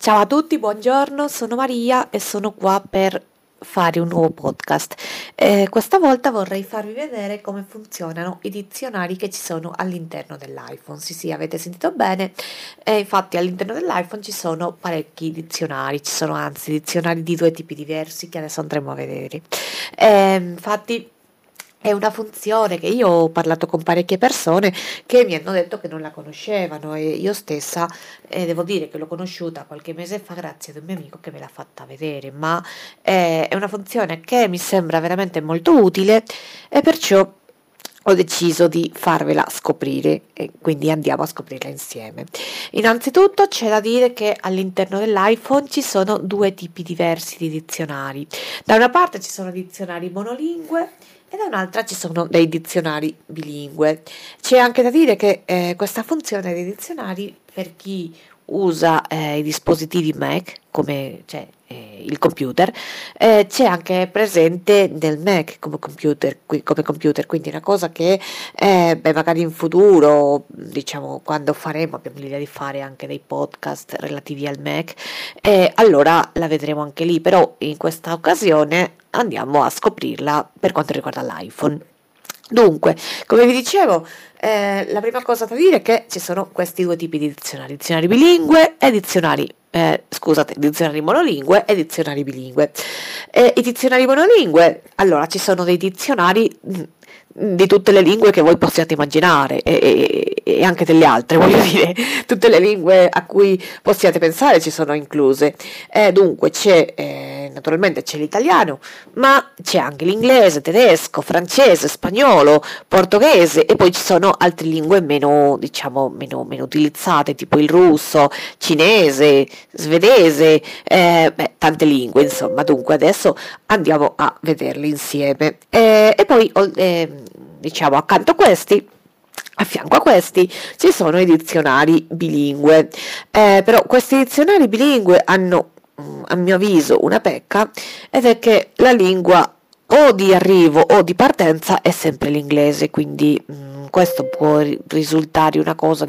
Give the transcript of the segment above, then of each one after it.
Ciao a tutti, buongiorno, sono Maria e sono qua per fare un nuovo podcast. Questa volta vorrei farvi vedere come funzionano i dizionari che ci sono all'interno dell'iPhone. Sì, avete sentito bene. Infatti all'interno dell'iPhone ci sono parecchi dizionari, ci sono anzi dizionari di due tipi diversi che adesso andremo a vedere. Infatti è una funzione che io ho parlato con parecchie persone che mi hanno detto che non la conoscevano e io stessa devo dire che l'ho conosciuta qualche mese fa grazie ad un mio amico che me l'ha fatta vedere, ma è una funzione che mi sembra veramente molto utile e perciò ho deciso di farvela scoprire e quindi andiamo a scoprirla insieme. Innanzitutto c'è da dire che all'interno dell'iPhone ci sono due tipi diversi di dizionari. Da una parte ci sono dizionari monolingue e da un'altra ci sono dei dizionari bilingue. C'è anche da dire che questa funzione dei dizionari per chi usa i dispositivi Mac, come il computer, c'è anche presente nel Mac come computer, quindi è una cosa che magari in futuro, diciamo quando abbiamo l'idea di fare anche dei podcast relativi al Mac, allora la vedremo anche lì, però in questa occasione andiamo a scoprirla per quanto riguarda l'iPhone. Dunque, come vi dicevo, la prima cosa da dire è che ci sono questi due tipi di dizionari bilingue e dizionari monolingue e dizionari bilingue. I dizionari monolingue, allora ci sono dei dizionari di tutte le lingue che voi possiate immaginare e anche delle altre, voglio dire, tutte le lingue a cui possiate pensare ci sono incluse. Dunque naturalmente c'è l'italiano, ma c'è anche l'inglese, tedesco, francese, spagnolo, portoghese e poi ci sono altre lingue meno utilizzate, tipo il russo, cinese, svedese, tante lingue, insomma. Dunque adesso andiamo a vederle insieme. E poi a fianco a questi ci sono i dizionari bilingue, però questi dizionari bilingue hanno a mio avviso una pecca, ed è che la lingua o di arrivo o di partenza è sempre l'inglese, quindi questo può risultare una cosa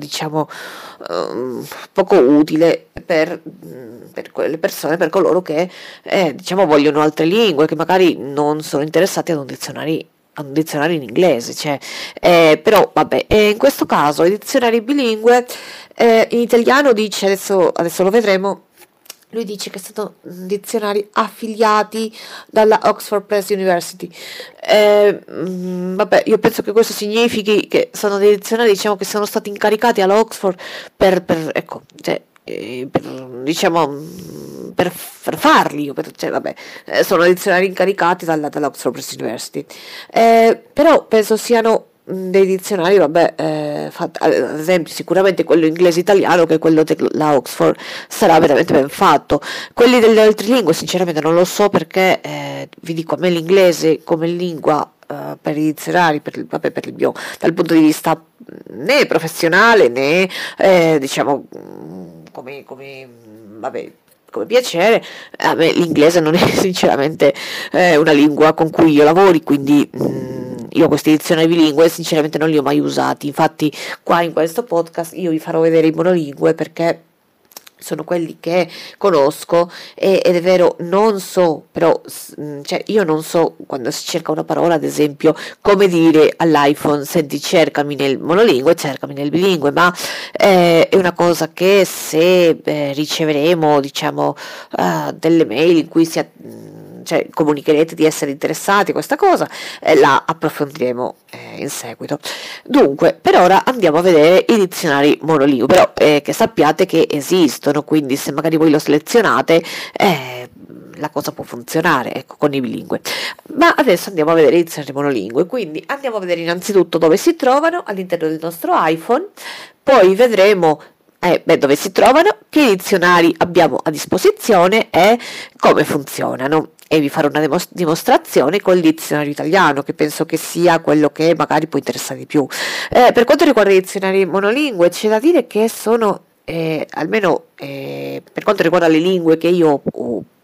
poco utile per quelle persone, per coloro che vogliono altre lingue, che magari non sono interessati ad un dizionario in inglese, però vabbè, in questo caso i dizionari bilingue in italiano dice, adesso lo vedremo. Lui dice che sono dizionari affiliati dalla Oxford Press University. Io penso che questo significhi che sono dei dizionari, che sono stati incaricati all'Oxford per farli, sono dizionari incaricati dall'Oxford Press University. Però penso siano dei dizionari, ad esempio sicuramente quello inglese-italiano, che è quello della Oxford, sarà veramente ben fatto. Quelli delle altre lingue sinceramente non lo so, perché vi dico, a me l'inglese come lingua per i dizionari, dal punto di vista né professionale né come piacere, a me l'inglese non è sinceramente una lingua con cui io lavori, quindi io questi dizionari bilingue sinceramente non li ho mai usati. Infatti qua in questo podcast io vi farò vedere i monolingue, perché sono quelli che conosco ed è vero, non so, però io non so, quando si cerca una parola ad esempio, come dire all'iPhone: senti, cercami nel monolingue, cercami nel bilingue, ma è una cosa che se riceveremo delle mail in cui comunicherete di essere interessati a questa cosa, la approfondiremo in seguito. Dunque, per ora andiamo a vedere i dizionari monolingue, però che sappiate che esistono, quindi se magari voi lo selezionate la cosa può funzionare, con i bilingue. Ma adesso andiamo a vedere i dizionari monolingue, quindi andiamo a vedere innanzitutto dove si trovano all'interno del nostro iPhone, poi vedremo dove si trovano, che dizionari abbiamo a disposizione e come funzionano. E vi farò una dimostrazione col dizionario italiano, che penso che sia quello che magari può interessare di più. Per quanto riguarda i dizionari monolingue, c'è da dire che sono, almeno per quanto riguarda le lingue che io ho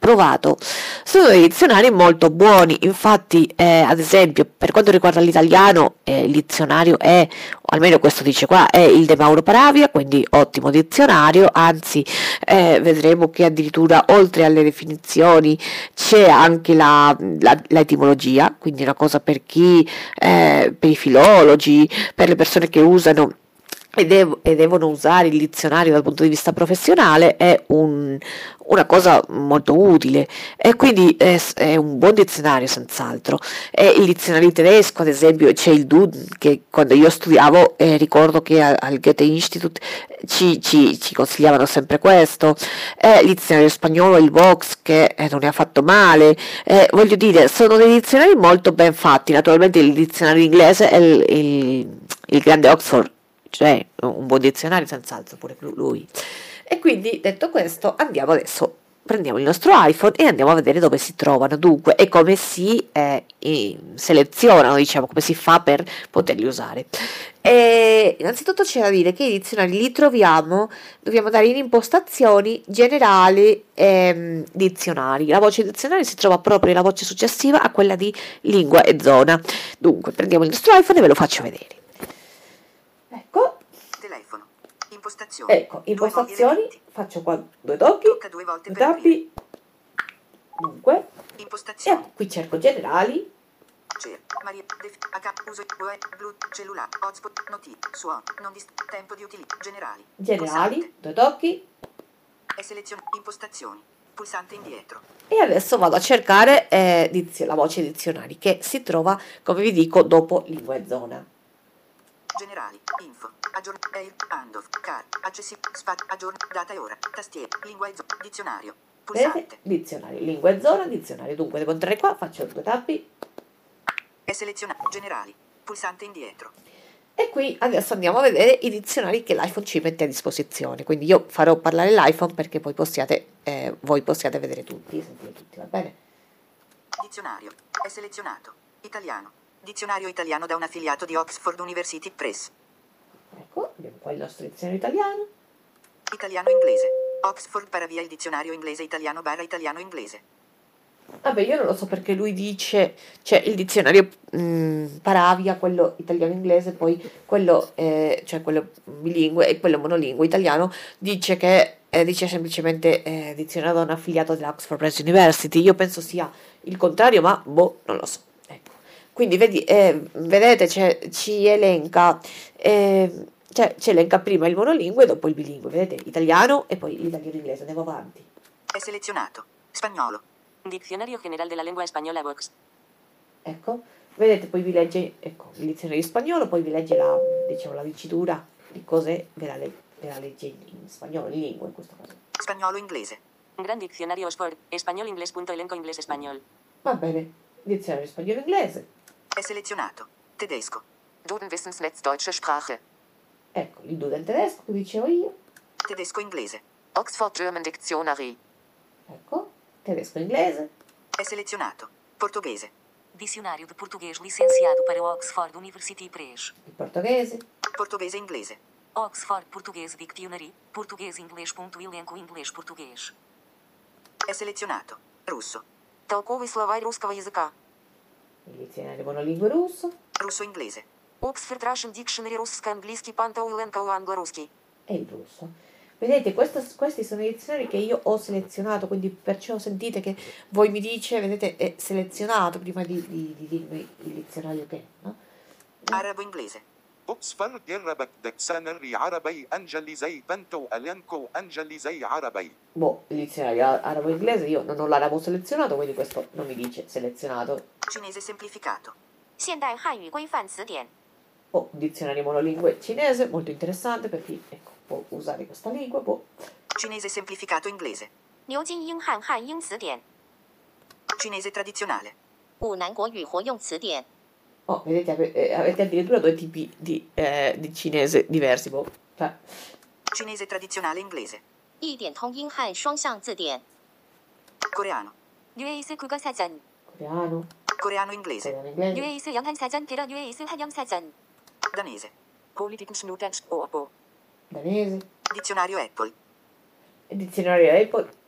provato, sono dei dizionari molto buoni. Infatti, ad esempio, per quanto riguarda l'italiano, il dizionario è, o almeno questo dice qua, è il De Mauro Paravia, quindi ottimo dizionario, anzi vedremo che addirittura oltre alle definizioni c'è anche la etimologia, quindi una cosa per chi, per i filologi, per le persone che usano e devono usare il dizionario dal punto di vista professionale, è una cosa molto utile, e quindi è un buon dizionario senz'altro. E il dizionario tedesco, ad esempio, c'è il Duden, che quando io studiavo, ricordo che al Goethe Institut ci consigliavano sempre questo, il dizionario spagnolo, il Vox, che non è affatto male. Voglio dire, sono dei dizionari molto ben fatti. Naturalmente il dizionario inglese è il grande Oxford, cioè un buon dizionario senz'altro pure lui. E quindi, detto questo, andiamo adesso, prendiamo il nostro iPhone e andiamo a vedere dove si trovano dunque e come si selezionano, diciamo, come si fa per poterli usare. E innanzitutto c'è da dire che i dizionari li troviamo, dobbiamo dare in impostazioni generali, dizionari. La voce dizionari si trova proprio nella voce successiva a quella di lingua e zona. Dunque prendiamo il nostro iPhone e ve lo faccio vedere. Ecco. Telefono. Impostazioni. Ecco, impostazioni, faccio qua due tocchi, Tocca due volte due per tappi, dunque, Impostazioni. e qui cerco generali, Maria, uso, blu, cellulare, hotspot, suono, tempo di utilizzo, generali. generali, due tocchi, E selezione, impostazioni, pulsante indietro. e adesso vado a cercare la voce dizionari che si trova, come vi dico, dopo lingua e zona. Generali, info, handoff, car, data e ora, tastiera, lingua e zona, dizionario, pulsante. Vedete? Dizionario, lingua e zona, dizionario, dunque devo entrare qua, faccio due tappi. E selezionato, generali, pulsante indietro. E qui adesso andiamo a vedere i dizionari che l'iPhone ci mette a disposizione, quindi io farò parlare l'iPhone perché poi voi possiate vedere tutti, sentire tutti, va bene? Dizionario, è selezionato, italiano, dizionario italiano da un affiliato di Oxford University Press. Ecco, abbiamo qua il nostro dizionario italiano. Italiano-inglese, Oxford Paravia, il dizionario inglese-italiano / italiano-inglese. Vabbè, io non lo so perché lui dice, c'è il dizionario Paravia, quello italiano-inglese, poi quello, cioè quello bilingue e quello monolingue italiano, dice che dice semplicemente dizionario da un affiliato dell'Oxford Press University. Io penso sia il contrario, ma boh, non lo so. Ecco. Quindi vedete, ci elenca, ci elenca prima il monolingue e dopo il bilingue, vedete, italiano e poi l'italiano-inglese. Andiamo avanti. È selezionato, spagnolo. Diccionario General de la Lengua Española Vox. Ecco, vedete, poi vi legge, ecco, il dizionario spagnolo, poi vi legge la dicitura di cos'è, ve la legge in spagnolo, in lingua in questo caso. Spagnolo-inglese. Gran Diccionario Oxford, español-inglés.elenco inglés español. Va bene, dizionario spagnolo-inglese. È selezionato, tedesco. Duden Wissensnetz Deutsche Sprache. Ecco, il Duden tedesco che dicevo io. Tedesco-inglese. Oxford German Dictionary. Ecco, tedesco-inglese. È selezionato, portoghese. Dicionário de Português licenciado para Oxford University Press. Il portoghese. Portoghese-inglese. Oxford Portuguese Dictionary, português-inglês.elenco inglês-português. È selezionato, russo. Толковый словарь русского языка. Il dizionario monolingue russo. Russo-inglese. Oxford Russian Dictionary русско-английский пантоуленко англо-русский. E il russo. Vedete, questi sono i dizionari che io ho selezionato, quindi perciò sentite che voi mi dice, vedete, è selezionato prima di dirmi il dizionario che è, no? Arabo-inglese. Oxford جربت دكسانري عربي انجليزي بنتو الينكو انجليزي عربي. Boh, il dizionario arabo-inglese io non l'arabo selezionato, quindi questo non mi dice selezionato. Cinese semplificato. 现代汉语规范词典. Oh, dizionario monolingue cinese, molto interessante per chi, ecco, può usare questa lingua, boh. Cinese semplificato inglese. 牛津英汉汉英词典. Cinese tradizionale. 五南国语活用词典. Oh, vedete, avete addirittura due tipi di cinese diversi, boh. Cioè. Cinese tradizionale inglese. 一点通英汉双向字典. Coreano. 뉴에이스 국어 사전. Coreano. Coreano inglese. Coreano inglese. 뉴에이스 영한 사전 계란 뉴에이스 한영 사전. Danese. Politiken Snudens Orbo. Danese. Dizionario Apple. Il dizionario Apple.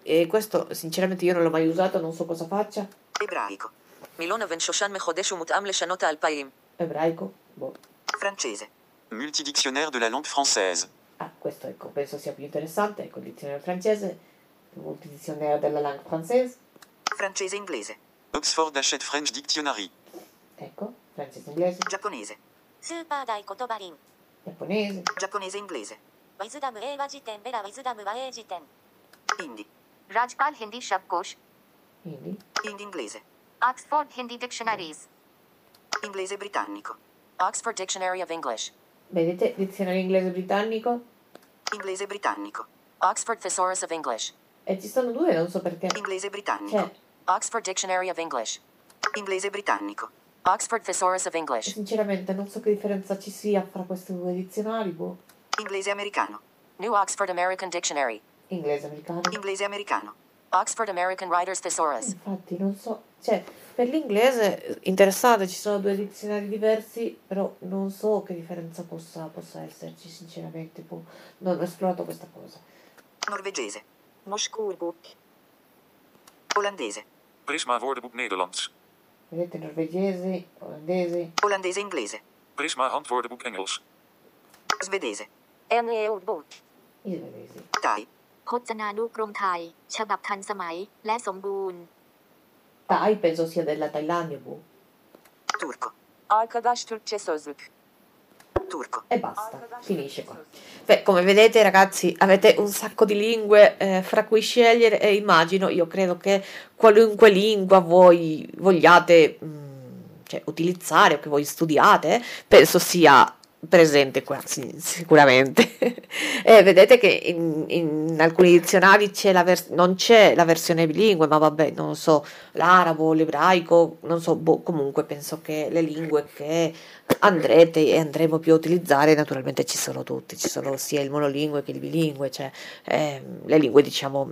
e questo sinceramente io non l'ho mai usato, non so cosa faccia. Ebraico. מילון אבן שושן מחודש ומותאם לשנות האלפיים. Ebraico, boh. Francese. Multidictionnaire de la langue française. Ah, questo ecco, penso sia più interessante, ecco, il dizionario francese, il multidizionario della langue française, Francese inglese. Oxford Hachette French Dictionary. ecco, francese inglese, Giapponese. スーパー大言葉林 giapponese, Giapponese inglese. ウィズダム英和辞典ベラウィズダム和英辞典 Hindi. राजपाल हिंदी शब्दकोश quindi, Hindi inglese. ऑक्सफोर्ड हिंदी डिक्शनरीज Inglese britannico. Oxford Dictionary of English. vedete, dizionario inglese britannico, Inglese britannico. Oxford Thesaurus of English. e ci sono due, non so perché, Inglese britannico. cioè, Oxford Dictionary of English. Inglese britannico. Oxford Thesaurus of English. sinceramente non so che differenza ci sia fra questi due dizionari, boh, Inglese americano. New Oxford American Dictionary. inglese americano, Inglese americano. Oxford American Writers Thesaurus. infatti non so, cioè, per l'inglese interessante, ci sono due dizionari diversi, però non so che differenza possa esserci, sinceramente, boh, non ho esplorato questa cosa. Norvegese. Moskoerboek. Olandese. Prisma woordenboek Nederlands. Vedete, norvegese, olandese, Olandese inglese. Prisma handwoordenboek Engels. Svedese. NE-ordbok. i svedesi. Thai. พจนานุกรมไทย ฉบับทันสมัย และสมบูรณ์ Thai penso sia della Thailandia, boh. Turco. Arkadaş Türkçe Sözlük. Turco. E basta, finisce qua. Beh, come vedete ragazzi, avete un sacco di lingue fra cui scegliere e immagino, io credo che qualunque lingua voi vogliate cioè, utilizzare o che voi studiate, penso sia presente qua, sì, sicuramente. E vedete che in alcuni dizionari non c'è la versione bilingue, ma vabbè, non so, l'arabo, l'ebraico, non so, boh, comunque penso che le lingue che andrete e andremo più a utilizzare, naturalmente ci sono tutti, ci sono sia il monolingue che il bilingue, cioè le lingue diciamo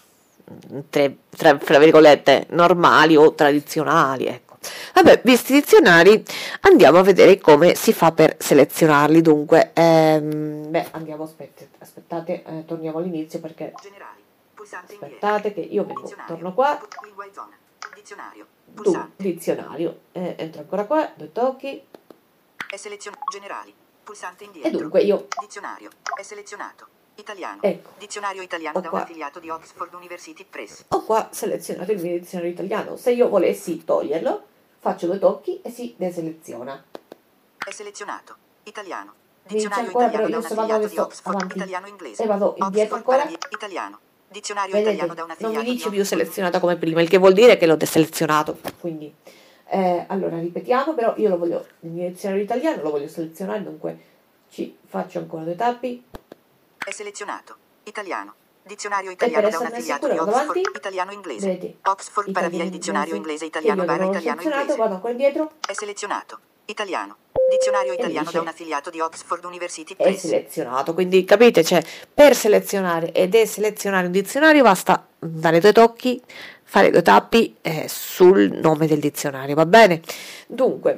fra virgolette normali o tradizionali, ecco. Vabbè, visti i dizionari, andiamo a vedere come si fa per selezionarli. Dunque, beh, andiamo, aspettate, torniamo all'inizio perché Generali. Pulsante indietro. aspettate che io vengo, torno qua, Lingua e zona. Dizionario. tu, Pulsante. dizionario, entro ancora qua, due tocchi, È selezionato. Generali. Pulsante e indietro. dunque io, Dizionario. È selezionato. Italiano. ecco, Dizionario italiano Ho da qua. un affiliato di Oxford University Press. ho qua selezionato il mio dizionario italiano. Se io volessi toglierlo, faccio due tocchi e si deseleziona. È selezionato. Italiano. Mi dice Dizionario ancora, italiano però da io un se vado affiliato di adesso Oxford. avanti Italiano inglese. e vado indietro ancora, Italiano. Dizionario vedete, italiano da un non affiliato mi dice di più Oxford. selezionata come prima, il che vuol dire che l'ho deselezionato. Quindi, allora ripetiamo, però io lo voglio, il mio dizionario italiano lo voglio selezionare, dunque ci faccio ancora due tappi. È selezionato. Italiano. Dizionario per italiano da un esserne affiliato di sicura, vado Oxford. avanti. Italiano inglese. Vedete, Oxford para via il dizionario inglese italiano che io barra l'avevo italiano selezionato, inglese. vado ancora indietro, È selezionato. Italiano. Dizionario E italiano dice- da un affiliato di Oxford University è Press. selezionato. Quindi capite, cioè, per selezionare e deselezionare un dizionario basta dare due tocchi, fare due tappi sul nome del dizionario, va bene? Dunque,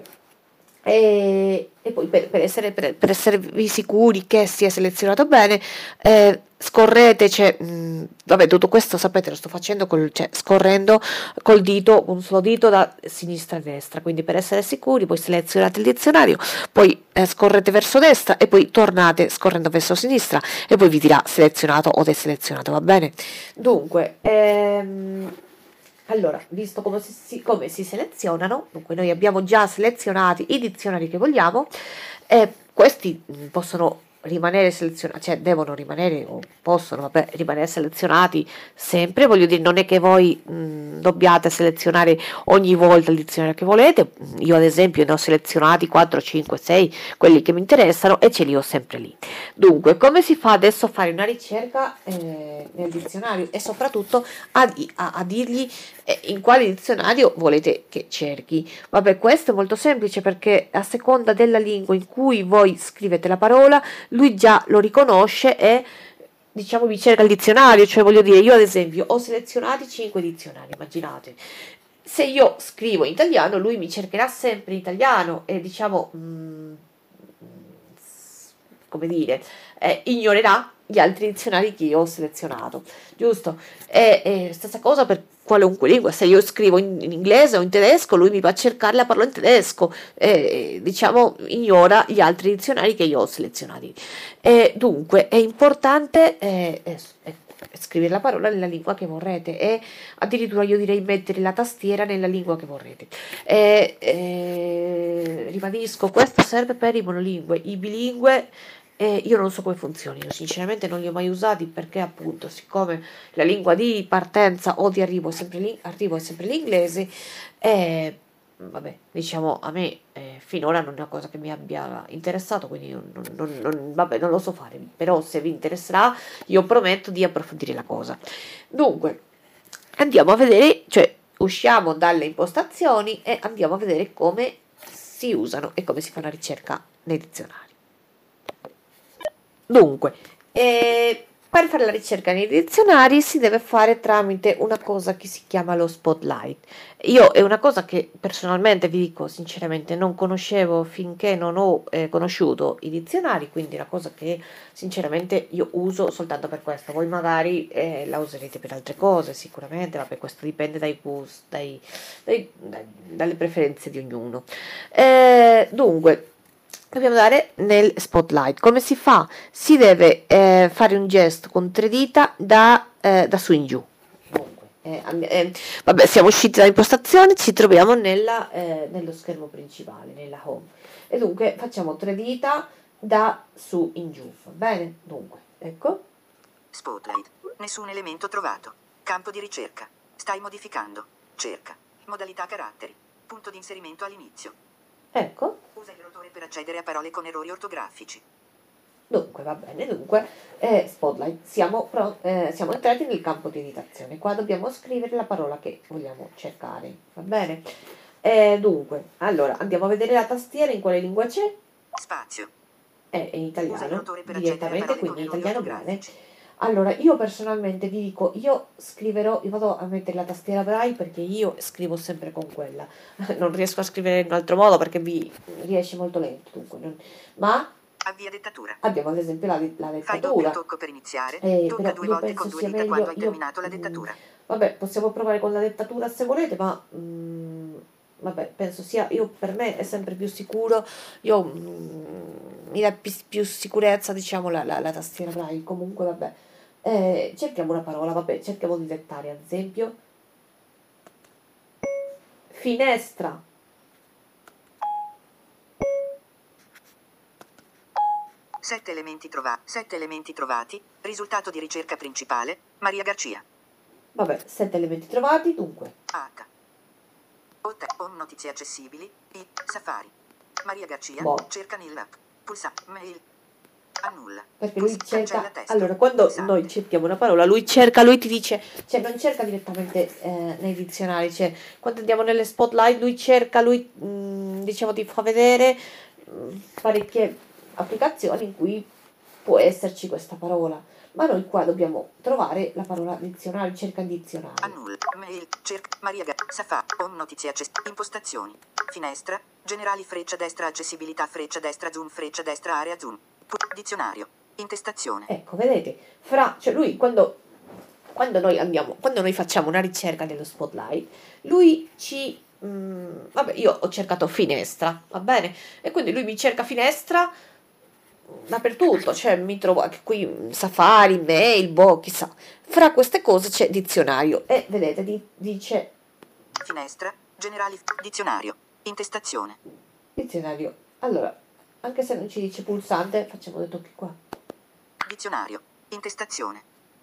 e poi per esservi sicuri che sia selezionato bene, scorrete, cioè, vabbè, tutto questo sapete lo sto facendo scorrendo col dito, un solo dito da sinistra a destra, quindi per essere sicuri poi selezionate il dizionario, poi scorrete verso destra e poi tornate scorrendo verso sinistra e poi vi dirà selezionato o deselezionato, va bene? Dunque, allora, visto come si selezionano, dunque noi abbiamo già selezionati i dizionari che vogliamo, e questi possono rimanere selezionati, cioè devono rimanere o possono rimanere selezionati sempre, voglio dire, non è che voi dobbiate selezionare ogni volta il dizionario che volete. Io ad esempio ne ho selezionati 4, 5, 6, quelli che mi interessano e ce li ho sempre lì. Dunque, come si fa adesso a fare una ricerca nel dizionario e soprattutto a dirgli in quale dizionario volete che cerchi? Vabbè, questo è molto semplice perché a seconda della lingua in cui voi scrivete la parola, lui già lo riconosce e diciamo vi cerca il dizionario, cioè voglio dire, io ad esempio ho selezionati 5 dizionari, immaginate. Se io scrivo in italiano, lui mi cercherà sempre in italiano e diciamo come dire, ignorerà gli altri dizionari che io ho selezionato, giusto? E stessa cosa per qualunque lingua, se io scrivo in inglese o in tedesco, lui mi va a cercare la parola in tedesco, diciamo, ignora gli altri dizionari che io ho selezionati. Dunque, è importante scrivere la parola nella lingua che vorrete e addirittura io direi mettere la tastiera nella lingua che vorrete. Ribadisco, questo serve per i monolingue, i bilingue. Io non so come funzionino, sinceramente non li ho mai usati perché appunto siccome la lingua di partenza o di arrivo è sempre l'inglese, vabbè, diciamo a me finora non è una cosa che mi abbia interessato, quindi vabbè, non lo so fare, però se vi interesserà io prometto di approfondire la cosa. Dunque, andiamo a vedere, cioè usciamo dalle impostazioni e andiamo a vedere come si usano e come si fa una ricerca nei dizionari. Dunque, per fare la ricerca nei dizionari si deve fare tramite una cosa che si chiama lo Spotlight. Io è una cosa che personalmente vi dico sinceramente non conoscevo finché non ho conosciuto i dizionari, quindi è una cosa che sinceramente io uso soltanto per questo. Voi magari la userete per altre cose, sicuramente, vabbè, questo dipende dai gusti, dalle preferenze di ognuno. Dunque, dobbiamo dare nel Spotlight. Come si fa? Si deve fare un gesto con 3 dita da su in giù. Dunque, vabbè, siamo usciti da impostazione, ci troviamo nello schermo principale, nella home. E dunque facciamo 3 dita da su in giù, va bene? Dunque, ecco. Spotlight. Nessun elemento trovato. Campo di ricerca. Stai modificando. Cerca. Modalità caratteri. Punto di inserimento all'inizio. Ecco. Usa il rotore per accedere a parole con errori ortografici. Dunque, va bene, dunque, Spotlight, siamo entrati nel campo di editazione. Qua dobbiamo scrivere la parola che vogliamo cercare, va bene? Dunque, allora, andiamo a vedere la tastiera, in quale lingua c'è? Spazio. È in Usa il italiano, rotore per accedere a direttamente, parole con quindi in errori italiano bene. ortografici. Allora, io personalmente vi dico, io vado a mettere la tastiera Braille perché io scrivo sempre con quella. Non riesco a scrivere in un altro modo perché mi riesce molto lento, dunque, ma Avvia dettatura. abbiamo ad esempio la Fai doppio dettatura. tocco per iniziare. Però Tocca 2 io volte penso con 2 sia dita meglio, quando hai terminato la dettatura. vabbè, possiamo provare con la dettatura se volete, ma vabbè, penso sia, io per me è sempre più sicuro, mi dà più sicurezza, diciamo, la tastiera Braille, comunque vabbè. Cerchiamo una parola, vabbè, cerchiamo di dettare, ad esempio, finestra. 7 elementi trovati. Risultato di ricerca principale. Maria Garcia. Vabbè, 7 elementi trovati, dunque. H. Home notizie accessibili. Safari. Maria Garcia. Boh. Cerca nell'app. Pulsa. Mail. Annulla. Perché lui cerca, Cancella testo. allora quando Pulsante. noi cerchiamo una parola, lui ti dice, cioè non cerca direttamente nei dizionari, cioè quando andiamo nelle Spotlight diciamo ti fa vedere parecchie applicazioni in cui può esserci questa parola, ma noi qua dobbiamo trovare la parola dizionario, cerca in dizionario. Annulla. Mail. Cerca. Maria Garcia. Safari. Home notizie accessibili. Impostazioni. Finestra. Generali freccia destra accessibilità freccia destra zoom freccia destra area zoom. Dizionario. Intestazione. Ecco, vedete, cioè lui quando noi facciamo una ricerca nello Spotlight, lui vabbè, io ho cercato finestra, va bene? E quindi lui mi cerca finestra dappertutto, cioè mi trovo anche qui Safari, mail, chissà. Fra queste cose c'è dizionario e vedete, dice Finestra. Generali. Dizionario. Intestazione. dizionario. Allora, anche se non ci dice pulsante, facciamo dei tocchi qua. Dizionario. Intestazione.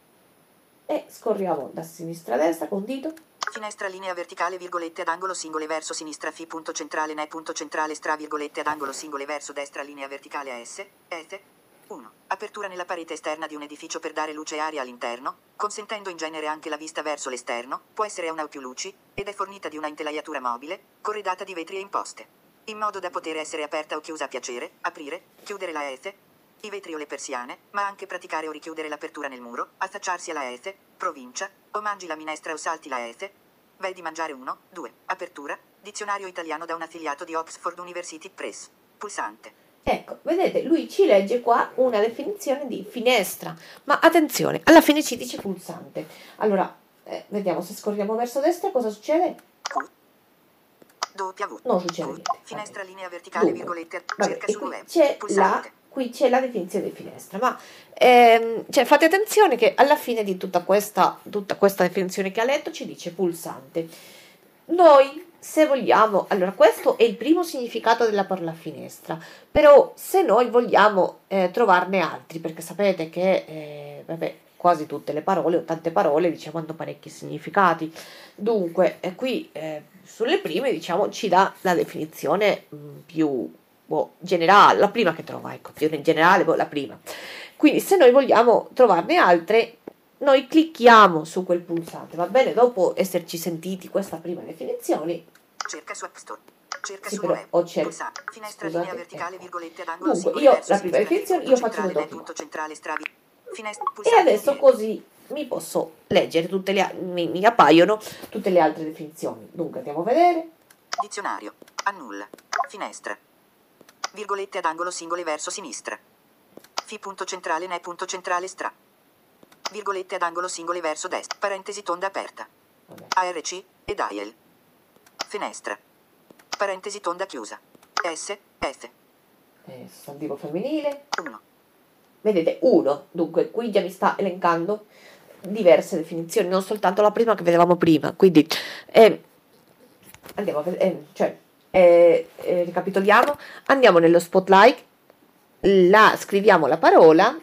E scorriamo da sinistra a destra con un dito. Finestra linea verticale virgolette ad angolo singole verso sinistra Fi punto centrale ne punto centrale stra virgolette ad angolo singole verso destra linea verticale a S. 1. Apertura nella parete esterna di un edificio per dare luce e aria all'interno, consentendo in genere anche la vista verso l'esterno, può essere a una o più luci, ed è fornita di una intelaiatura mobile, corredata di vetri e imposte. In modo da poter essere aperta o chiusa a piacere, aprire, chiudere la S, i vetri o le persiane, ma anche praticare o richiudere l'apertura nel muro, affacciarsi alla S, provincia, o mangi la minestra o salti la S. Vedi mangiare 1, 2, apertura, dizionario italiano da un affiliato di Oxford University Press. Pulsante. Ecco, vedete, lui ci legge qua una definizione di finestra, ma attenzione, alla fine ci dice pulsante. Allora, vediamo se scorriamo verso destra cosa succede. W. Non succede niente. Finestra Vabbè. linea verticale, Dunque, virgolette, vabbè, cerca e sul web. Pulsante. qui c'è la definizione di finestra, ma cioè, fate attenzione che alla fine di tutta questa definizione che ha letto ci dice pulsante. Noi, se vogliamo, allora questo è il primo significato della parola finestra, però se noi vogliamo trovarne altri, perché sapete che vabbè, quasi tutte le parole o tante parole diciamo hanno parecchi significati, dunque qui sulle prime diciamo ci dà la definizione più generale, la prima che trova, ecco, più in generale, la prima. Quindi se noi vogliamo trovarne altre, noi clicchiamo su quel pulsante, va bene? Dopo esserci sentiti questa prima definizione, cerca su App Store. Cerca sì, sul però web. ho cercato. Finestra Scusate, linea verticale, ecco. virgolette ad angolo Dunque, singolo io verso la prima sinistra, definizione, punto io faccio centrale, due né tocchi. punto centrale, stravi. Finestra, E pulsante, adesso indietro. così mi posso leggere tutte mi appaiono tutte le altre definizioni. Dunque andiamo a vedere. Dizionario. Annulla. Finestra. Virgolette ad angolo singole verso sinistra. Fi punto centrale né punto centrale stra. Virgolette ad angolo singole verso destra. Parentesi tonda aperta. Vabbè. ARC e dial. Finestra. Parentesi tonda chiusa. S. F. Sostantivo femminile. 1. Vedete, 1. Dunque qui già mi sta elencando diverse definizioni, non soltanto la prima che vedevamo prima. Quindi andiamo a vedere, ricapitoliamo, andiamo nello spotlight, scriviamo la parola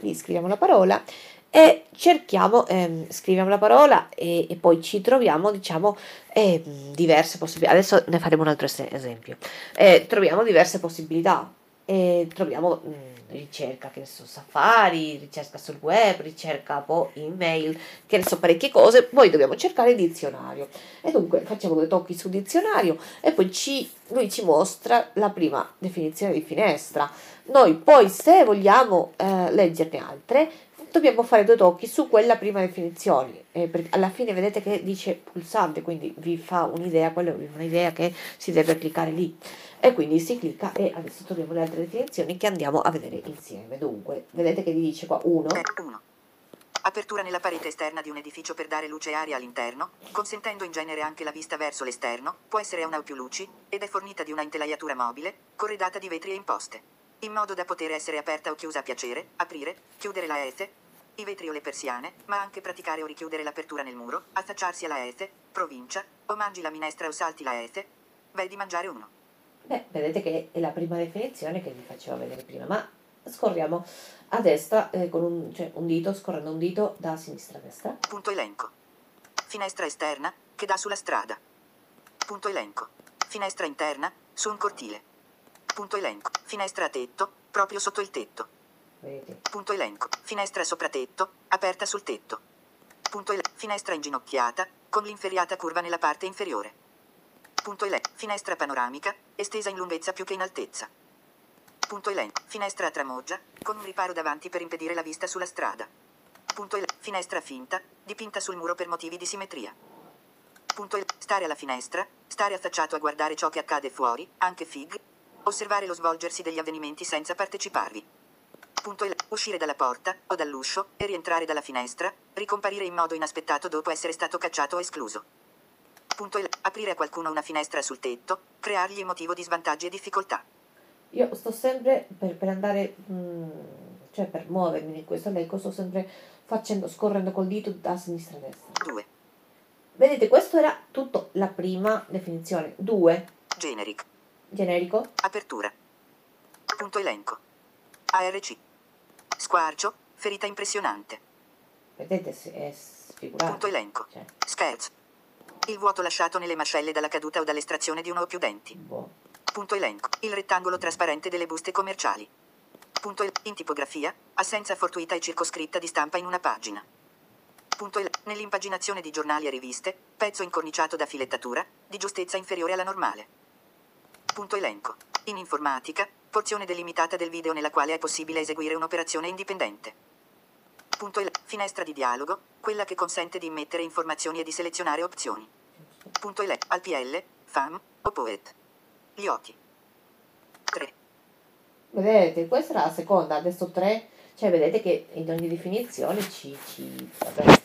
e cerchiamo, scriviamo la parola e poi ci troviamo, diciamo, diverse possibilità. Adesso ne faremo un altro esempio. Troviamo diverse possibilità. Troviamo ricerca, che ne so, Safari, ricerca sul web, ricerca email, che ne so, parecchie cose. Poi dobbiamo cercare il dizionario e dunque facciamo due tocchi sul dizionario e poi lui ci mostra la prima definizione di finestra. Noi poi, se vogliamo leggerne altre, dobbiamo fare due tocchi su quella prima definizione, perché alla fine vedete che dice pulsante, quindi vi fa un'idea, quella è un'idea che si deve cliccare lì e quindi si clicca e adesso troviamo le altre definizioni che andiamo a vedere insieme. Dunque, vedete che vi dice qua 1. 1. Apertura nella parete esterna di un edificio per dare luce e aria all'interno, consentendo in genere anche la vista verso l'esterno, può essere a una o più luci, ed è fornita di una intelaiatura mobile, corredata di vetri e imposte, in modo da poter essere aperta o chiusa a piacere, aprire, chiudere la ete, i vetri o le persiane, ma anche praticare o richiudere l'apertura nel muro, affacciarsi alla ete, provincia, o mangi la minestra o salti la ete, vedi mangiare uno. Beh, vedete che è la prima definizione che vi facevo vedere prima, ma scorriamo a destra con un dito, scorrendo un dito da sinistra a destra. Punto elenco. Finestra esterna, che dà sulla strada. Punto elenco. Finestra interna, su un cortile. Punto elenco. Finestra a tetto, proprio sotto il tetto. Vedete? Punto elenco. Finestra sopra tetto, aperta sul tetto. Punto elenco. Finestra inginocchiata, con l'inferriata curva nella parte inferiore. Punto elenco. Finestra panoramica, estesa in lunghezza più che in altezza. Punto elenco. Finestra a tramoggia, con un riparo davanti per impedire la vista sulla strada. Punto elenco. Finestra finta, dipinta sul muro per motivi di simmetria. Punto elenco. Stare alla finestra, stare affacciato a guardare ciò che accade fuori, anche fig. Osservare lo svolgersi degli avvenimenti senza parteciparvi. Punto elenco. Uscire dalla porta o dall'uscio e rientrare dalla finestra, ricomparire in modo inaspettato dopo essere stato cacciato o escluso. Punto elenco. Aprire a qualcuno una finestra sul tetto, creargli motivo di svantaggi e difficoltà. Io sto sempre per andare, cioè per muovermi in questo elenco, sto sempre scorrendo col dito da sinistra a destra. 2. Vedete, questo era tutto la prima definizione. 2. Generic. Generico. Apertura. Punto elenco. ARC. Squarcio, ferita impressionante. Vedete se è sfigurato. Punto elenco. Cioè, Scherzo. Il vuoto lasciato nelle mascelle dalla caduta o dall'estrazione di uno o più denti. boh. Punto elenco. Il rettangolo trasparente delle buste commerciali. Punto in tipografia, assenza fortuita e circoscritta di stampa in una pagina. Punto nell'impaginazione di giornali e riviste, pezzo incorniciato da filettatura, di giustezza inferiore alla normale. Punto elenco. In informatica, porzione delimitata del video nella quale è possibile eseguire un'operazione indipendente. Punto finestra di dialogo, quella che consente di immettere informazioni e di selezionare opzioni. Punto al PL, FAM, o POET. Gli occhi. 3. Vedete, questa era la seconda, adesso 3, cioè vedete che in ogni definizione vabbè,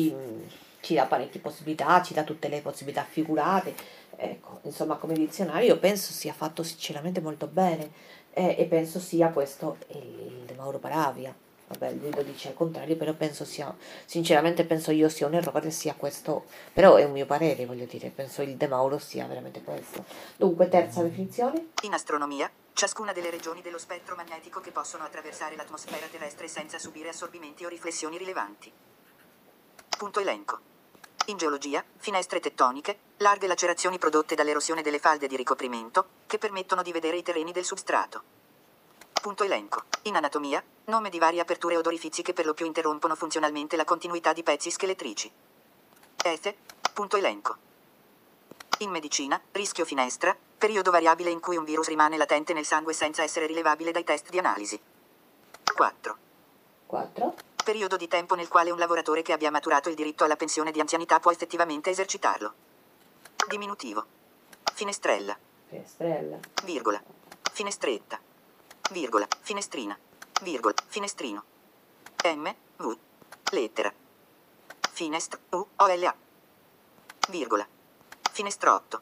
ci dà parecchie possibilità, ci dà tutte le possibilità figurate, ecco, insomma come dizionario io penso sia fatto sinceramente molto bene e penso sia questo il De Mauro Paravia. Vabbè, lui lo dice al contrario, però penso sia, sinceramente penso io sia un errore, sia questo, però è un mio parere, voglio dire, penso il De Mauro sia veramente questo. Dunque, terza definizione. In astronomia, ciascuna delle regioni dello spettro magnetico che possono attraversare l'atmosfera terrestre senza subire assorbimenti o riflessioni rilevanti. Punto elenco. In geologia, finestre tettoniche, larghe lacerazioni prodotte dall'erosione delle falde di ricoprimento, che permettono di vedere i terreni del substrato. Punto elenco. In anatomia, nome di varie aperture od orifizi che per lo più interrompono funzionalmente la continuità di pezzi scheletrici. Ete. Punto elenco. In medicina, rischio finestra, periodo variabile in cui un virus rimane latente nel sangue senza essere rilevabile dai test di analisi. 4. 4. Periodo di tempo nel quale un lavoratore che abbia maturato il diritto alla pensione di anzianità può effettivamente esercitarlo. Diminutivo. Finestrella. Finestrella. Virgola. Finestretta. Virgola. Finestrina. Virgola. Finestrino. M. V. Lettera. Finest. U. O. L. A. Virgola. Finestrotto.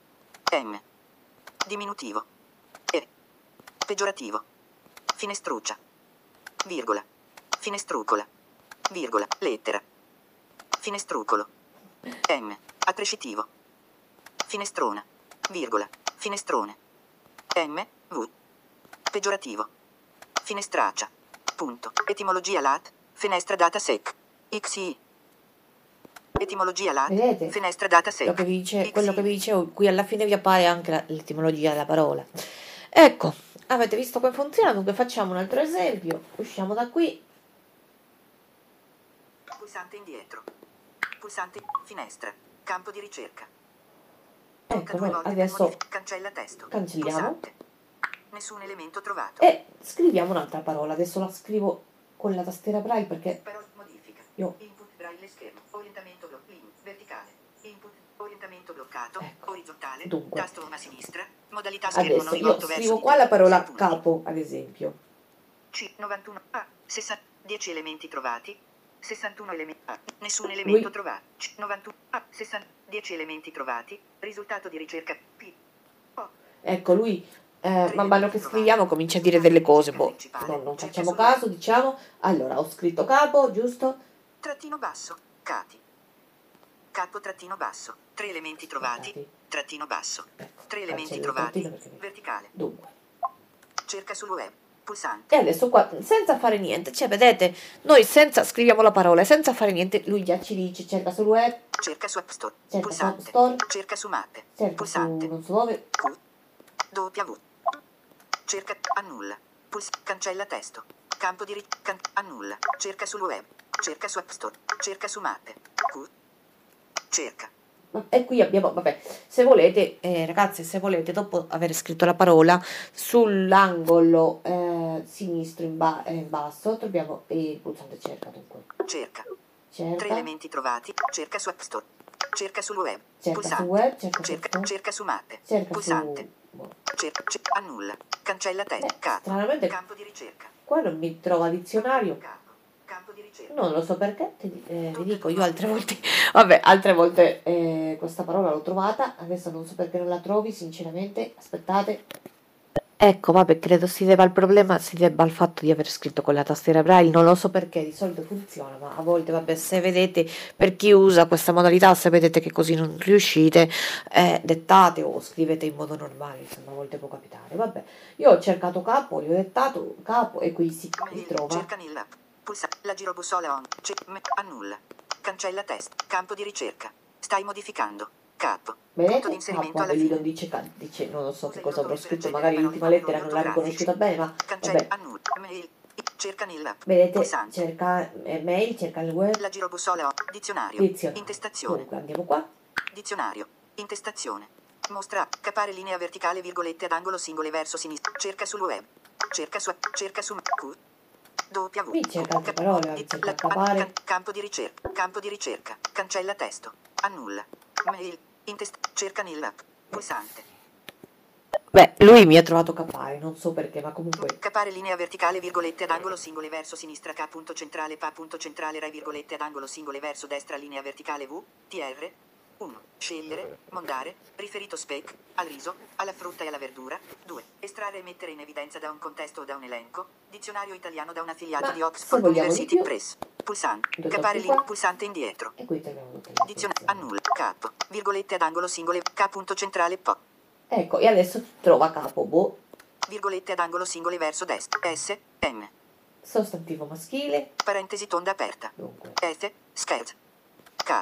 M. Diminutivo. E. Peggiorativo. Finestruccia. Virgola. Finestrucola. Virgola. Lettera. Finestrucolo. M. Accrescitivo. Finestrona. Virgola. Finestrone. M. V. Peggiorativo. Finestraccia. Punto. Etimologia lat. Finestra data sec. XI. Etimologia lat. Vedete? Finestra data sec. Quello che vi dicevo, qui alla fine vi appare anche l'etimologia della parola. Ecco, avete visto come funziona, dunque facciamo un altro esempio. Usciamo da qui. Pulsante indietro. Pulsante finestra. Campo di ricerca. Ecco, noi adesso cancella testo. cancelliamo Pulsante. Nessun elemento trovato. e scriviamo un'altra parola. Adesso la scrivo con la tastiera braille perché Però modifica. io... Input braille schermo. Orientamento link verticale. Input orientamento bloccato. Ecco. Orizzontale. Dunque, Tasto home a sinistra. Modalità schermo non adesso io rivolto verso scrivo di qua te. la parola 6 punti. capo, ad esempio. C 91 A 60 10 elementi trovati. 61 elementi A. Nessun elemento Lui trovato. C 91 A 60 10 elementi trovati. Risultato di ricerca P. O. ecco, lui man mano elementi che trovati. scriviamo comincia a dire delle cose, boh, Principale. non Cerca facciamo sul caso, diciamo. Allora, ho scritto capo, giusto? Trattino basso. Cati. Capo trattino basso. 3 elementi trovati. Aspettate. Trattino basso. Ecco, 3 elementi cancello il trovati. trattino perché... Verticale. Dunque, Cerca sul web. Pulsante. e adesso qua, senza fare niente, cioè vedete, noi senza scriviamo la parola, e senza fare niente, lui già ci dice, cerca sul web, Cerca su App Store. cerca su App Pulsante. Store, Cerca su mappe. cerca su Pulsante. non so dove, Q. W. Cerca. Annulla. Cancella testo. Campo di annulla. Cerca sul web. Cerca su App Store. Cerca su mappe. Q. Cerca. e qui abbiamo, vabbè, se volete, ragazzi, se volete, dopo aver scritto la parola, sull'angolo sinistro in basso troviamo il pulsante cerca, dunque, Cerca. 3 cerca, elementi trovati. Cerca su App Store. Cerca sul web. cerca su Pulsante. web, cerca su Cerca. Store, Cerca su mappe. cerca Pulsante. su... boh. Annulla. Cancella testo. Capo. Stranamente Campo di ricerca. qua non mi trova dizionario. Capo. Campo di ricerca. Non lo so perché, vi dico, io altre volte, vabbè, altre volte questa parola l'ho trovata, adesso non so perché non la trovi, sinceramente, aspettate. Ecco, vabbè, credo si debba al problema, si debba al fatto di aver scritto con la tastiera braille, non lo so perché, di solito funziona, ma a volte, vabbè, se vedete, per chi usa questa modalità, se vedete che così non riuscite, dettate o scrivete in modo normale, insomma, a volte può capitare, vabbè. Io ho cercato capo, gli ho dettato capo e qui si trova. Cerca nell'app. La girobussola on. Annulla. Cancella test. Campo di ricerca. Stai modificando. Capo. Punto Vedete? di inserimento Capo, alla e lui non fine. dice, non lo so che Usa cosa il avrò nome per scritto, accedere magari ai l'ultima valori lettera non l'ha ortografici. riconosciuta bene, ma Cancella. vabbè. Annulla. Mail. Cerca nell'app. Vedete, Pulsante. cerca mail, cerca il web, La girobussola on. Dizionario. dizionario. Intestazione. Dunque, andiamo qua. Dizionario. Intestazione. Mostra. Capare linea verticale virgolette ad angolo singole verso sinistra. Cerca sul web. Cerca su Q. W. Qui cerca altre parole, cerca capare. Campo di ricerca. Campo di ricerca. Cancella testo. Annulla. Mail. Cerca nell'app. Pulsante. Beh, lui mi ha trovato Cappari, non so perché, ma comunque... Capare linea verticale virgolette ad angolo singole verso sinistra K punto centrale Pa punto centrale Rai virgolette ad angolo singole verso destra linea verticale V TR 1. Scegliere, mondare, riferito spec, al riso, alla frutta e alla verdura. 2. Estrarre e mettere in evidenza da un contesto o da un elenco. Dizionario italiano da un affiliato Ma di se Oxford vogliamo di University più, Press. Pulsante. due Capare tocchi qua, pulsante indietro. e qui troviamo tutte le Dizionario istruzioni. annulla. Capo. Virgolette ad angolo singole K punto centrale Po. Ecco, e adesso trova capo, boh, Virgolette ad angolo singole verso destra. S. M. sostantivo maschile, Parentesi tonda aperta. dunque, S. Sketch. K.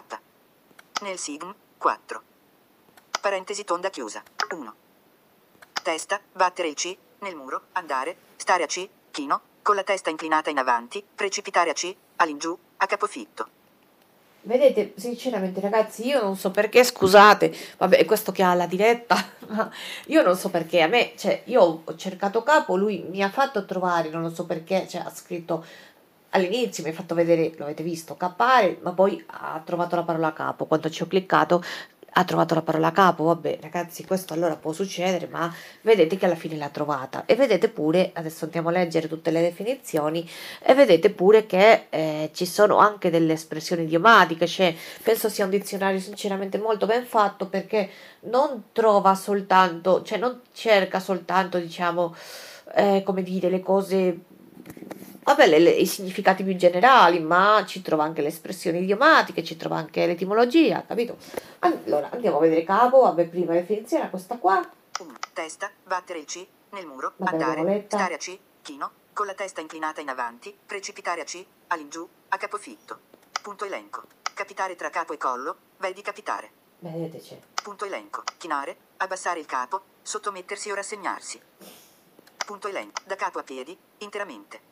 Nel sign 4. Parentesi tonda chiusa. 1. Testa, battere il C, nel muro, andare, stare a C, chino, con la testa inclinata in avanti, precipitare a C, all'ingiù, a capofitto. vedete, sinceramente ragazzi, io non so perché, scusate, vabbè, è questo che ha la diretta, ma io non so perché, a me, cioè, io ho cercato capo, lui mi ha fatto trovare, non lo so perché, cioè, ha scritto all'inizio, mi ha fatto vedere, lo avete visto, cappare, ma poi ha trovato la parola capo, quando ci ho cliccato ha trovato la parola capo, vabbè, ragazzi, questo allora può succedere, ma vedete che alla fine l'ha trovata, e vedete pure, adesso andiamo a leggere tutte le definizioni, e vedete pure che ci sono anche delle espressioni idiomatiche, cioè penso sia un dizionario sinceramente molto ben fatto perché non trova soltanto, cioè non cerca soltanto, diciamo, come dire, le cose, vabbè, i significati più generali, ma ci trova anche le espressioni idiomatiche, ci trova anche l'etimologia, capito? Allora, andiamo a vedere capo, vabbè, prima definizione, questa qua, 1. Testa, battere il C, nel muro, vabbè, l'abbiamo andare, letta, stare a C, chino, con la testa inclinata in avanti, precipitare a C, all'ingiù, a capofitto. Punto elenco. Capitare tra capo e collo, vedi capitare. vedete c'è. Punto elenco. Chinare, abbassare il capo, sottomettersi o rassegnarsi. Punto elenco. Da capo a piedi, interamente.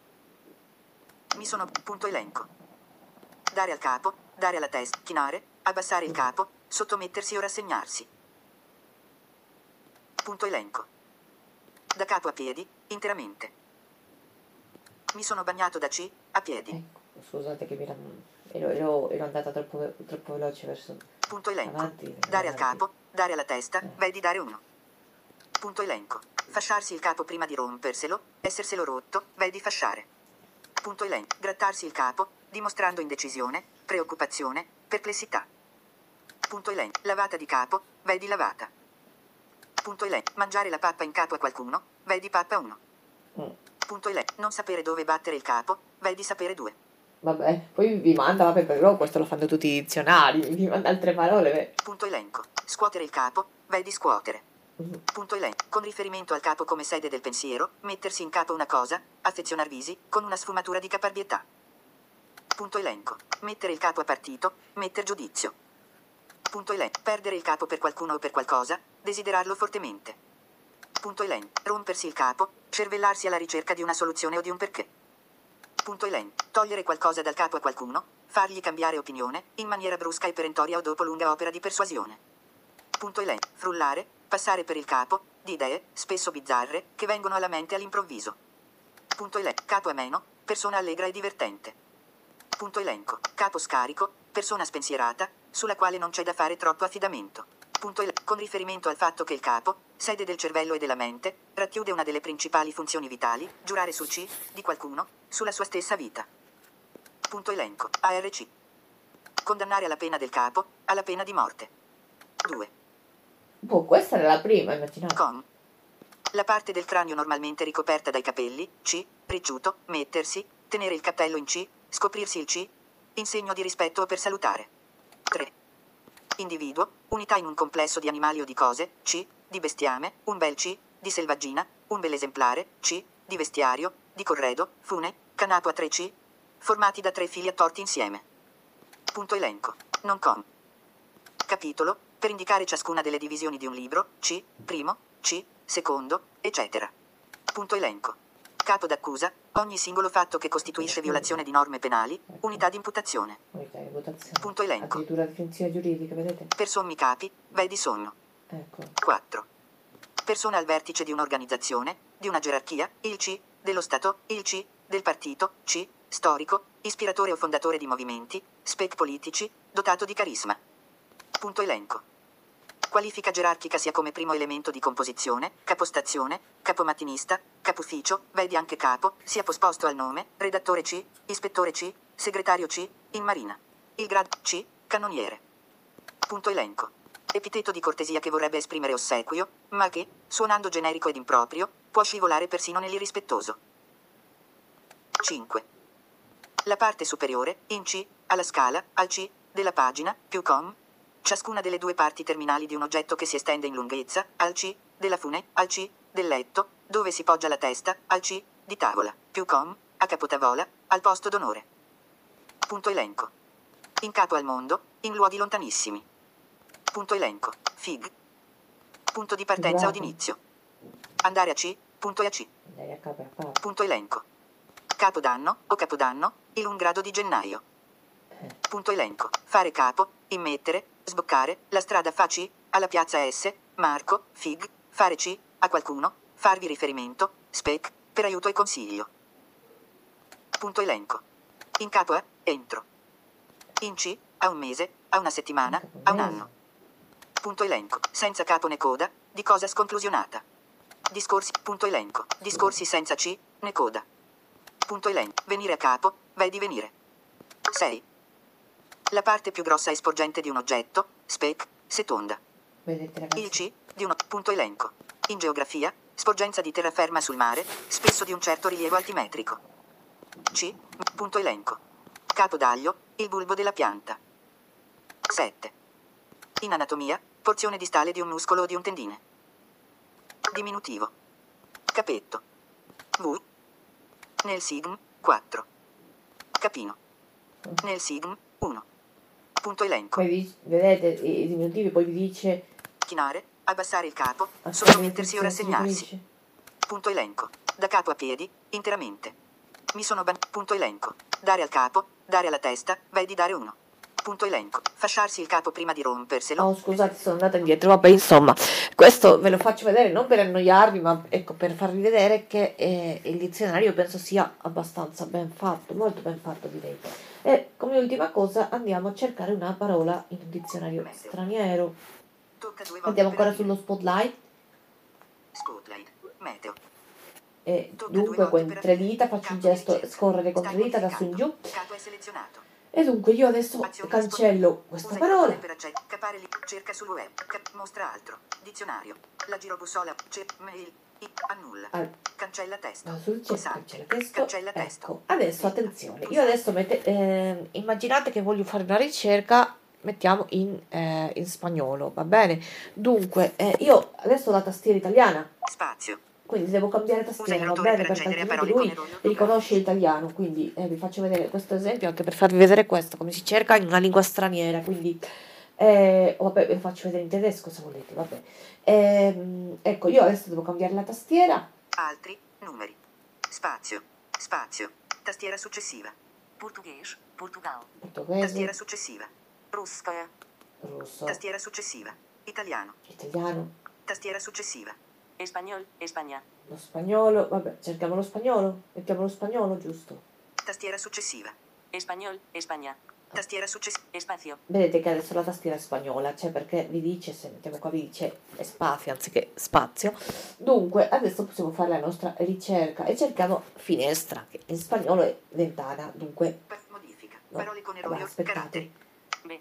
Mi sono. Punto elenco. Dare al capo, dare alla testa, chinare, abbassare il capo, sottomettersi o rassegnarsi. Punto elenco. Da capo a piedi, interamente. Mi sono bagnato da C a piedi. Ecco, scusate che ero andata troppo veloce verso Punto elenco. avanti. Dare al avanti. capo, dare alla testa, vedi dare 1. Punto elenco. Fasciarsi il capo prima di romperselo, esserselo rotto, vedi fasciare. Punto elenco. Grattarsi il capo, dimostrando indecisione, preoccupazione, perplessità. Punto elenco. Lavata di capo, vedi lavata. Punto elenco. Mangiare la pappa in capo a qualcuno, vedi pappa 1. Mm. Punto elenco. Non sapere dove battere il capo, vedi sapere 2. Vabbè, poi vi manda, vabbè, però questo lo fanno tutti i dizionari, vi manda altre parole, beh. Punto elenco. Scuotere il capo, vedi scuotere. Mm. Punto elenco. Con riferimento al capo come sede del pensiero, mettersi in capo una cosa, affezionarvisi, con una sfumatura di caparbietà. Punto elenco. Mettere il capo a partito, metter giudizio. Punto elenco. Perdere il capo per qualcuno o per qualcosa, desiderarlo fortemente. Punto elenco. Rompersi il capo, cervellarsi alla ricerca di una soluzione o di un perché. Punto elenco. Togliere qualcosa dal capo a qualcuno, fargli cambiare opinione, in maniera brusca e perentoria o dopo lunga opera di persuasione. Punto elenco. Frullare, passare per il capo, di idee, spesso bizzarre, che vengono alla mente all'improvviso. Punto elenco. Capo ameno, persona allegra e divertente. Punto elenco. Capo scarico, persona spensierata, sulla quale non c'è da fare troppo affidamento. Punto elenco. Con riferimento al fatto che il capo, sede del cervello e della mente, racchiude una delle principali funzioni vitali, giurare sul C, di qualcuno, sulla sua stessa vita. Punto elenco. ARC. Condannare alla pena del capo, alla pena di morte. 2. Boh, questa era la prima, immaginate. Con. La parte del cranio normalmente ricoperta dai capelli, C, ricciuto, mettersi, tenere il cappello in C, scoprirsi il C, in segno di rispetto o per salutare. 3. Individuo, unità in un complesso di animali o di cose, C, di bestiame, un bel C, di selvaggina, un bel esemplare, C, di vestiario, di corredo, fune, canapo a 3C, formati da 3 fili attorti insieme. Punto elenco. Non con. Capitolo, per indicare ciascuna delle divisioni di un libro, C, primo, C, secondo, eccetera. Punto elenco. Capo d'accusa, ogni singolo fatto che costituisce violazione di norme penali, unità di imputazione. Unità di votazione. Punto elenco. Addirittura definizione giuridica, vedete? Per sommi capi, vedi sonno. Ecco. 4. Persona al vertice di un'organizzazione, di una gerarchia, il C, dello Stato, il C, del partito, C, storico, ispiratore o fondatore di movimenti, spec politici, dotato di carisma. Punto elenco. Qualifica gerarchica sia come primo elemento di composizione, capostazione, capomattinista, capufficio, vedi anche capo, sia posposto al nome, redattore C, ispettore C, segretario C, in marina. Il grado C, cannoniere. Punto elenco. Epiteto di cortesia che vorrebbe esprimere ossequio, ma che, suonando generico ed improprio, può scivolare persino nell'irrispettoso. 5. La parte superiore, in C, alla scala, al C, della pagina, più com. Ciascuna delle due parti terminali di un oggetto che si estende in lunghezza, al C, della fune, al C, del letto, dove si poggia la testa, al C, di tavola, più com, a capotavola, al posto d'onore. Punto elenco. In capo al mondo, in luoghi lontanissimi. Punto elenco. Fig. Punto di partenza o Bravo. d'inizio. Andare a C, punto e a C. Andare a capo a capo. Punto elenco. Capodanno o capodanno, il 1 grado di gennaio. Punto elenco. Fare capo, immettere, sboccare, la strada fa C, alla piazza S, Marco, Fig, fare C, a qualcuno, farvi riferimento, spec, per aiuto e consiglio. Punto elenco. In capo a, entro. In C, a un mese, a una settimana, a un anno. Punto elenco. Senza capo né coda, di cosa sconclusionata. Discorsi, punto elenco. Discorsi senza C, né coda. Punto elenco. Venire a capo, vedi venire. 6. La parte più grossa e sporgente di un oggetto, spec, se tonda. Vedete Il ragazzi? C, di uno, punto elenco. In geografia, sporgenza di terraferma sul mare, spesso di un certo rilievo altimetrico. C, punto elenco. Capo d'aglio, il bulbo della pianta. 7. In anatomia, porzione distale di un muscolo o di un tendine. Diminutivo. Capetto. V. Nel sign, 4. Capino. Nel sign, 1. Punto elenco. Vedete i diminutivi, poi vi dice Chinare, abbassare il capo, assolutamente sottomettersi o rassegnarsi. Punto elenco. Da capo a piedi, interamente. Mi sono punto elenco. Dare al capo, dare alla testa, vedi dare 1. Punto elenco. Fasciarsi il capo prima di romperselo. Oh, scusate, sono andata indietro. Vabbè, insomma, questo ve lo faccio vedere non per annoiarvi, ma ecco, per farvi vedere che il dizionario penso sia abbastanza ben fatto, molto ben fatto direi. E come ultima cosa andiamo a cercare una parola in un dizionario straniero. Tocca 2 volte Andiamo per ancora aprire. sullo spotlight Spotlight. Meteo. e Tocca 2 dunque volte con per 3 aprire. dita faccio il Campo di gesto ricerca. scorrere con Sta 3 dita da su in giù. codificando. Capo è selezionato. E dunque io adesso Azioni cancello disponibili. questa Usa il parola. bottone per accedere. Capare lì. Cerca sul web. Mostra altro. Dizionario. La girobussola. Mail. Annulla. Cancella testo. Vado sul cerco, Pulsante. cancella testo. Cancella testo. Ecco, adesso Vita. attenzione, io Pulsante. adesso immaginate che voglio fare una ricerca, mettiamo in spagnolo, va bene? Dunque, io adesso ho la tastiera italiana, Spazio. quindi devo cambiare Usa il tastiera, va rotore bene? per Perché accedere a altrimenti parole lui con errori riconosce l'italiano, quindi vi faccio vedere questo esempio anche per farvi vedere questo, come si cerca in una lingua straniera, quindi vabbè, ve lo faccio vedere in tedesco se volete, vabbè. Ecco, io adesso devo cambiare la tastiera. Altri. Numeri. Spazio. Spazio. Tastiera successiva. Português, Portugal. Portoghese, Tastiera successiva. Rússia, russo, Tastiera successiva. Italiano. italiano, Tastiera successiva. Español, España. lo spagnolo, vabbè, cerchiamo lo spagnolo, mettiamo lo spagnolo, giusto? Tastiera successiva. Español, España. Tastiera successiva. Espacio. Vedete che adesso la tastiera è spagnola, cioè perché vi dice, se mettiamo qua vi dice spazio anziché spazio. Dunque, adesso possiamo fare la nostra ricerca e cerchiamo finestra, che in spagnolo è ventana, dunque, Modifica. no, Parole con vabbè, errori o aspettate, caratteri. B.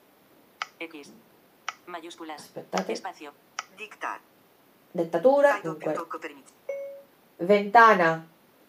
X. Mayúsculas. aspettate, Espacio. Dictar. dettatura, Fai doppio dunque, tocco per iniziare. ventana,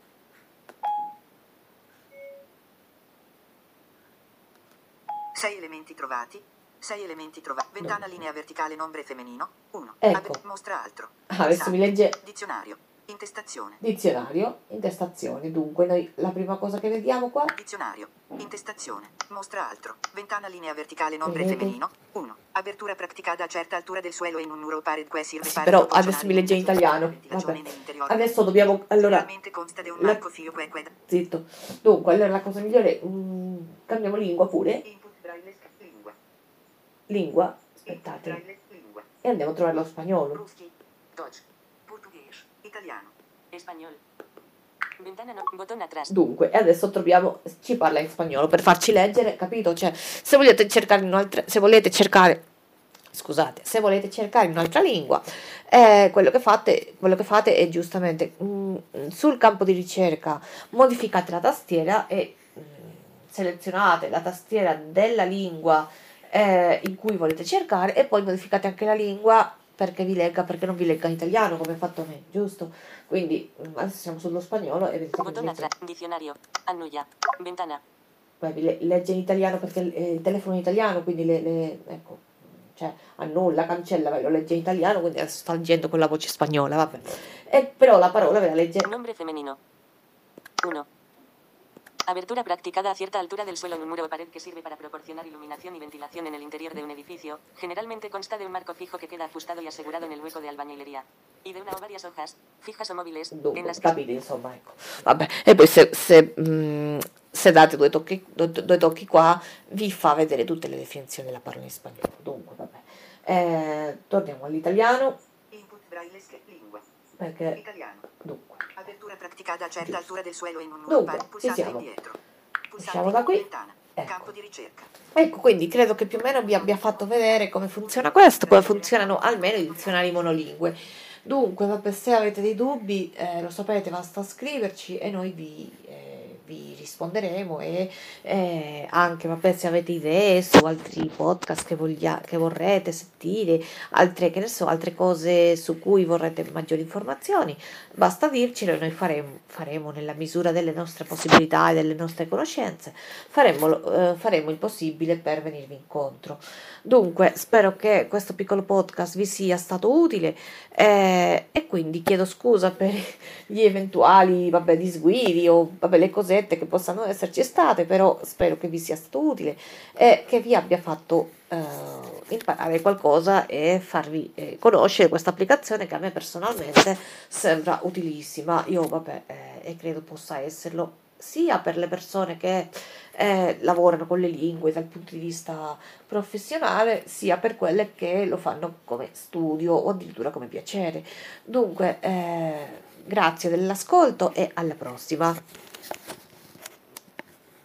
6 elementi trovati. 6 elementi trovati. Ventana linea verticale nombre femminino. 1. Ecco. Mostra altro. adesso mi legge Dizionario. Intestazione. dizionario, intestazione, dunque noi la prima cosa che vediamo qua, Dizionario. Intestazione. Mostra altro. Ventana linea verticale nombre Vedete? femminino. 1. Apertura praticata a certa altura del suelo in un muro pare que sirve sì, pare però proporzionale adesso mi legge in in italiano, ventilazione vabbè, nell'interiore. adesso dobbiamo, allora, Generalmente consta di un la- marco fio que zitto, dunque, allora la cosa migliore, cambiamo lingua pure, Input braille lingua. lingua, Input aspettate, braille lingua. e andiamo a trovare lo spagnolo, Ruski. Deutsch. Português. Italiano. Español. Ventana no. Botón atrás. dunque, e adesso troviamo, ci parla in spagnolo per farci leggere, capito? Cioè, se volete cercare Scusate, se volete cercare in un'altra lingua, quello che fate è giustamente sul campo di ricerca modificate la tastiera e selezionate la tastiera della lingua in cui volete cercare e poi modificate anche la lingua perché vi legga, perché non vi legga in italiano come ha fatto me, giusto? Quindi adesso siamo sullo spagnolo e vedete che Botón atrás. Diccionario. Annulla. Ventana. legge in italiano perché il telefono è in italiano, quindi ecco, cioè annulla, cancella, lo legge in italiano, quindi adesso sta leggendo con la voce spagnola, vabbè. E però la parola ve la legge. Nombre femenino. 1. Abertura practicada a cierta altura del suelo en un muro o pared que sirve para proporcionar iluminación y ventilación en el interior de un edificio. Generalmente consta de un marco fijo que queda ajustado y asegurado en el hueco de albañilería. Y de una o varias hojas, fijas o móviles, en Dunque, las que... capite, insomma, ecco. Vabbè, e poi se date due tocchi qua, vi fa vedere tutte le definizioni della parola in spagnolo. Dunque, vabbè. Torniamo all'italiano, Input braille lingua. perché, Italiano. dunque, Apertura praticata a certa Giusto. altura del suelo in un Dunque, muro. ci Pulsante siamo. indietro. Usciamo da qui. Ventana. Ecco. Campo di ricerca. Ecco, quindi credo che più o meno vi abbia fatto vedere come funziona questo, come funzionano almeno i dizionari monolingue. Dunque, vabbè, se avete dei dubbi, lo sapete, basta scriverci e noi vi risponderemo e anche, vabbè, se avete idee su altri podcast che vorrete sentire, che ne so, altre cose su cui vorrete maggiori informazioni, basta dircelo e noi faremo nella misura delle nostre possibilità e delle nostre conoscenze, faremo il possibile per venirvi incontro. Dunque, spero che questo piccolo podcast vi sia stato utile e quindi chiedo scusa per gli eventuali, vabbè, disguidi o vabbè, le cosette che possano esserci state, però spero che vi sia stato utile e che vi abbia fatto imparare qualcosa e farvi conoscere questa applicazione che a me personalmente sembra utilissima. Io, vabbè, e credo possa esserlo sia per le persone che lavorano con le lingue dal punto di vista professionale, sia per quelle che lo fanno come studio o addirittura come piacere. Dunque, grazie dell'ascolto e alla prossima.